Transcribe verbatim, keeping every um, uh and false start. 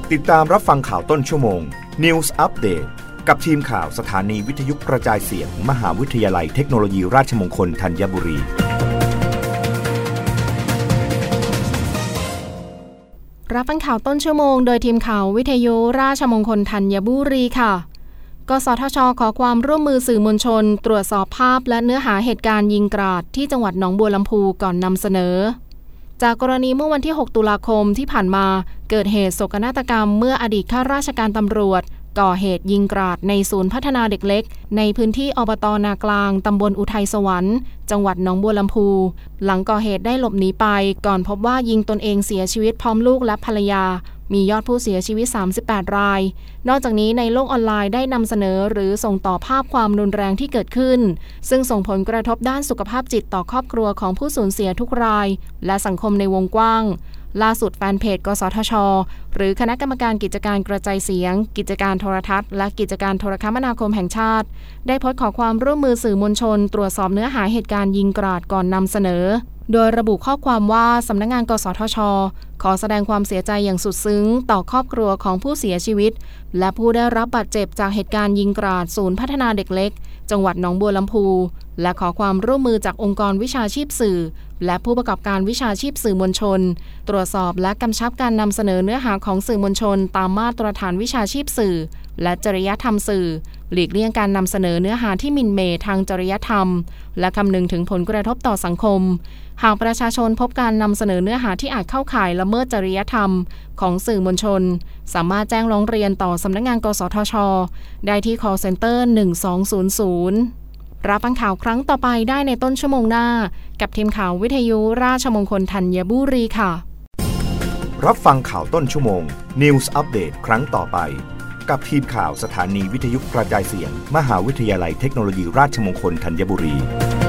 ติดตามรับฟังข่าวต้นชั่วโมง News Update กับทีมข่าวสถานีวิทยุกระจายเสียง มหาวิทยาลัยเทคโนโลยีราชมงคลธัญบุรีรับฟังข่าวต้นชั่วโมงโดยทีมข่าววิทยุราชมงคลธัญบุรีค่ะกสทช.ขอความร่วมมือสื่อมวลชนตรวจสอบภาพและเนื้อหาเหตุการณ์ยิงกราดที่จังหวัดหนองบัวลำพูก่อนนำเสนอจากกรณีเมื่อวันที่หกตุลาคมที่ผ่านมาเกิดเหตุโศกนาฏกรรมเมื่ออดีตข้าราชการตำรวจก่อเหตุยิงกราดในศูนย์พัฒนาเด็กเล็กในพื้นที่อบต.นากลางตำบลอุทัยสวรรค์จังหวัดหนองบัวลำพูหลังก่อเหตุได้หลบหนีไปก่อนพบว่ายิงตนเองเสียชีวิตพร้อมลูกและภรรยามียอดผู้เสียชีวิตสามสิบแปดรายนอกจากนี้ในโลกออนไลน์ได้นำเสนอหรือส่งต่อภาพความรุนแรงที่เกิดขึ้นซึ่งส่งผลกระทบด้านสุขภาพจิตต่อครอบครัวของผู้สูญเสียทุกรายและสังคมในวงกว้างล่าสุดแฟนเพจกสทช.หรือคณะกรรมการกิจการกระจายเสียงกิจการโทรทัศน์และกิจการโทรคมนาคมแห่งชาติได้โพสต์ขอความร่วมมือสื่อมวลชนตรวจสอบเนื้อหาเหตุการณ์ยิงกราดก่อนนำเสนอโดยระบุข้อความว่าสำนักงานกสทช.ขอแสดงความเสียใจอย่างสุดซึ้งต่อครอบครัวของผู้เสียชีวิตและผู้ได้รับบาดเจ็บจากเหตุการณ์ยิงกราดศูนย์พัฒนาเด็กเล็กจังหวัดหนองบัวลำพูและขอความร่วมมือจากองค์กรวิชาชีพสื่อและผู้ประกอบการวิชาชีพสื่อมวลชนตรวจสอบและกำชับการนำเสนอเนื้อหาของสื่อมวลชนตามมาตรฐานวิชาชีพสื่อและจริยธรรมสื่อหลีกเลี่ยงการนำเสนอเนื้อหาที่หมิ่นเหม่ทางจริยธรรมและคำนึงถึงผลกระทบต่อสังคมหากประชาชนพบการนำเสนอเนื้อหาที่อาจเข้าข่ายละเมิดจริยธรรมของสื่อมวลชนสามารถแจ้งร้องเรียนต่อสำนักงานกสทช.ได้ที่ call center หนึ่งสองศูนย์ศูนย์รับฟังข่าวครั้งต่อไปได้ในต้นชั่วโมงหน้ากับทีมข่าววิทยุราชมงคลธัญบุรีค่ะรับฟังข่าวต้นชั่วโมง News Update ครั้งต่อไปกับทีมข่าวสถานีวิทยุกระจายเสียง มหาวิทยาลัยเทคโนโลยีราชมงคลธัญบุรี